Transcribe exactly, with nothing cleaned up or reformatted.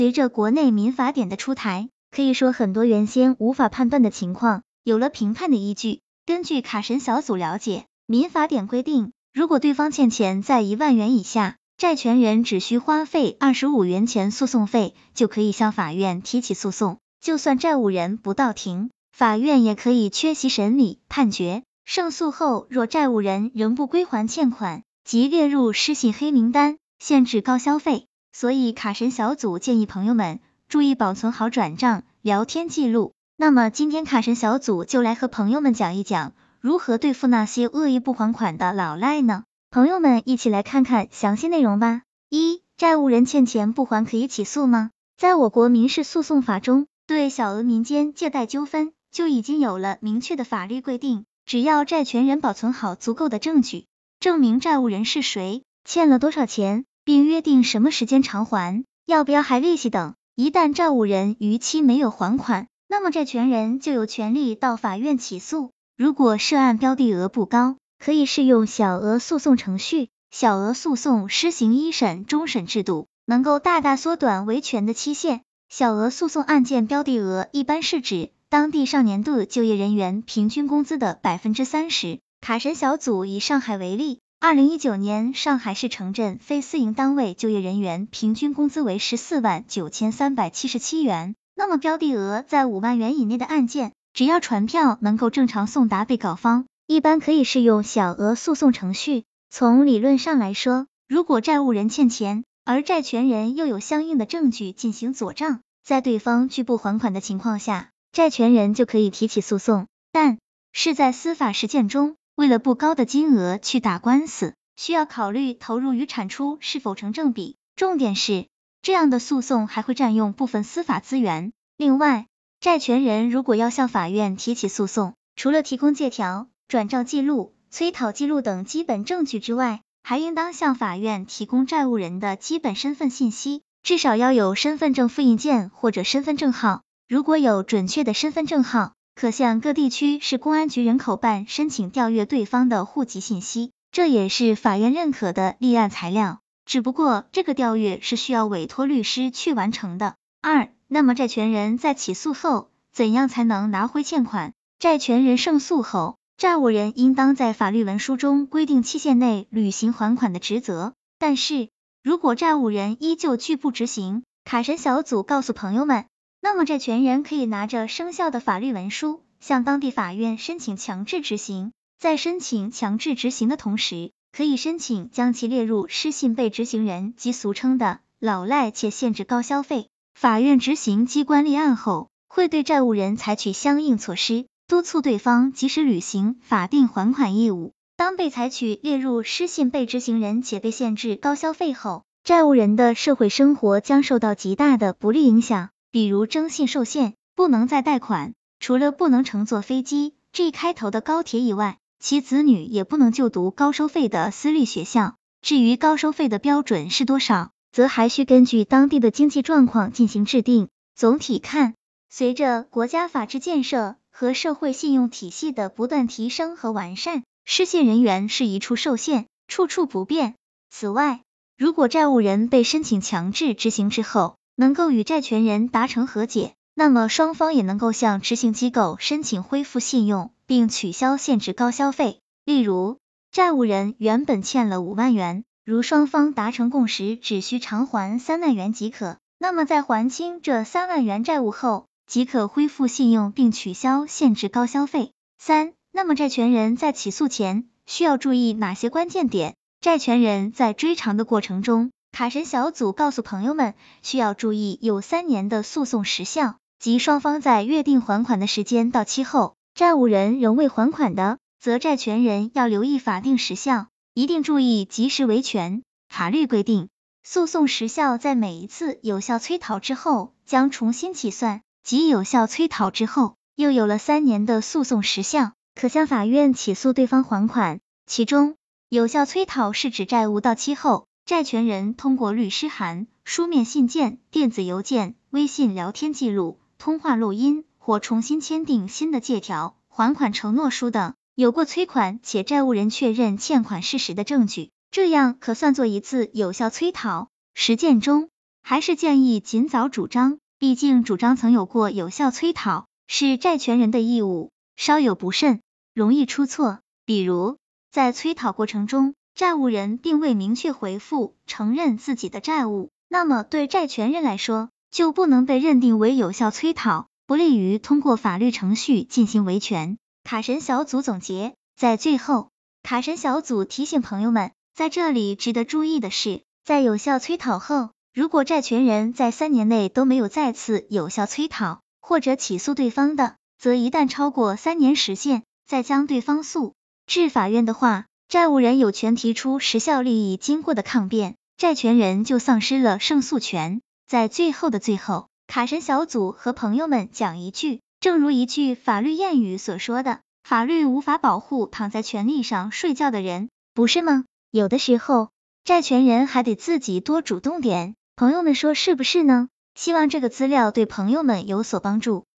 随着国内民法典的出台，可以说很多原先无法判断的情况有了评判的依据。根据卡神小组了解，民法典规定，如果对方欠钱在一万元以下，债权人只需花费二十五元钱诉讼费，就可以向法院提起诉讼。就算债务人不到庭，法院也可以缺席审理判决。胜诉后，若债务人仍不归还欠款，即列入失信黑名单，限制高消费。所以卡神小组建议朋友们注意保存好转账、聊天记录。那么今天卡神小组就来和朋友们讲一讲，如何对付那些恶意不还款的老赖呢？朋友们一起来看看详细内容吧。一、债务人欠钱不还可以起诉吗？在我国民事诉讼法中，对小额民间借贷纠纷就已经有了明确的法律规定，只要债权人保存好足够的证据，证明债务人是谁，欠了多少钱，并约定什么时间偿还，要不要还利息等，一旦债务人逾期没有还款，那么债权人就有权利到法院起诉。如果涉案标的额不高，可以适用小额诉讼程序。小额诉讼施行一审、终审制度，能够大大缩短维权的期限。小额诉讼案件标的额一般是指当地上年度就业人员平均工资的 百分之三十。卡神小组以上海为例，二零一九年上海市城镇非私营单位就业人员平均工资为十四万九千三百七十七元。那么标的额在五万元以内的案件，只要传票能够正常送达被告方，一般可以适用小额诉讼程序。从理论上来说，如果债务人欠钱，而债权人又有相应的证据进行佐证，在对方拒不还款的情况下，债权人就可以提起诉讼。但是在司法实践中，为了不高的金额去打官司，需要考虑投入与产出是否成正比。重点是，这样的诉讼还会占用部分司法资源。另外，债权人如果要向法院提起诉讼，除了提供借条、转账记录、催讨记录等基本证据之外，还应当向法院提供债务人的基本身份信息，至少要有身份证复印件或者身份证号。如果有准确的身份证号，可向各地区市公安局人口办申请调阅对方的户籍信息，这也是法院认可的立案材料。只不过这个调阅是需要委托律师去完成的。二、那么债权人在起诉后，怎样才能拿回欠款？债权人胜诉后，债务人应当在法律文书中规定期限内履行还款的职责。但是，如果债务人依旧拒不执行，卡神小组告诉朋友们，那么债权人可以拿着生效的法律文书，向当地法院申请强制执行。在申请强制执行的同时，可以申请将其列入失信被执行人，即俗称的老赖，且限制高消费。法院执行机关立案后，会对债务人采取相应措施，督促对方及时履行法定还款义务。当被采取列入失信被执行人且被限制高消费后，债务人的社会生活将受到极大的不利影响，比如征信受限，不能再贷款，除了不能乘坐飞机 G 开头的高铁以外，其子女也不能就读高收费的私立学校。至于高收费的标准是多少，则还需根据当地的经济状况进行制定。总体看，随着国家法治建设和社会信用体系的不断提升和完善，失信人员是一处受限，处处不便。此外，如果债务人被申请强制执行之后，能够与债权人达成和解，那么双方也能够向执行机构申请恢复信用，并取消限制高消费。例如，债务人原本欠了五万元，如双方达成共识，只需偿还三万元即可，那么在还清这三万元债务后，即可恢复信用并取消限制高消费。三、那么债权人在起诉前需要注意哪些关键点？债权人在追偿的过程中，卡神小组告诉朋友们，需要注意有三年的诉讼时效，即双方在约定还款的时间到期后，债务人仍未还款的，则债权人要留意法定时效，一定注意及时维权。法律规定，诉讼时效在每一次有效催讨之后将重新起算，即有效催讨之后，又有了三年的诉讼时效，可向法院起诉对方还款。其中，有效催讨是指债务到期后，债权人通过律师函、书面信件、电子邮件、微信聊天记录、通话录音或重新签订新的借条、还款承诺书等，有过催款且债务人确认欠款事实的证据，这样可算作一次有效催讨。实践中， 还是建议尽早主张，毕竟主张曾有过有效催讨，是债权人的义务，稍有不慎，容易出错。比如，在催讨过程中，债务人并未明确回复承认自己的债务，那么对债权人来说，就不能被认定为有效催讨，不利于通过法律程序进行维权。卡神小组总结，在最后，卡神小组提醒朋友们，在这里值得注意的是，在有效催讨后，如果债权人在三年内都没有再次有效催讨或者起诉对方的，则一旦超过三年时限，再将对方诉至法院的话，债务人有权提出时效利益经过的抗辩，债权人就丧失了胜诉权。在最后的最后，卡神小组和朋友们讲一句，正如一句法律谚语所说的，法律无法保护躺在权利上睡觉的人，不是吗？有的时候，债权人还得自己多主动点，朋友们说是不是呢？希望这个资料对朋友们有所帮助。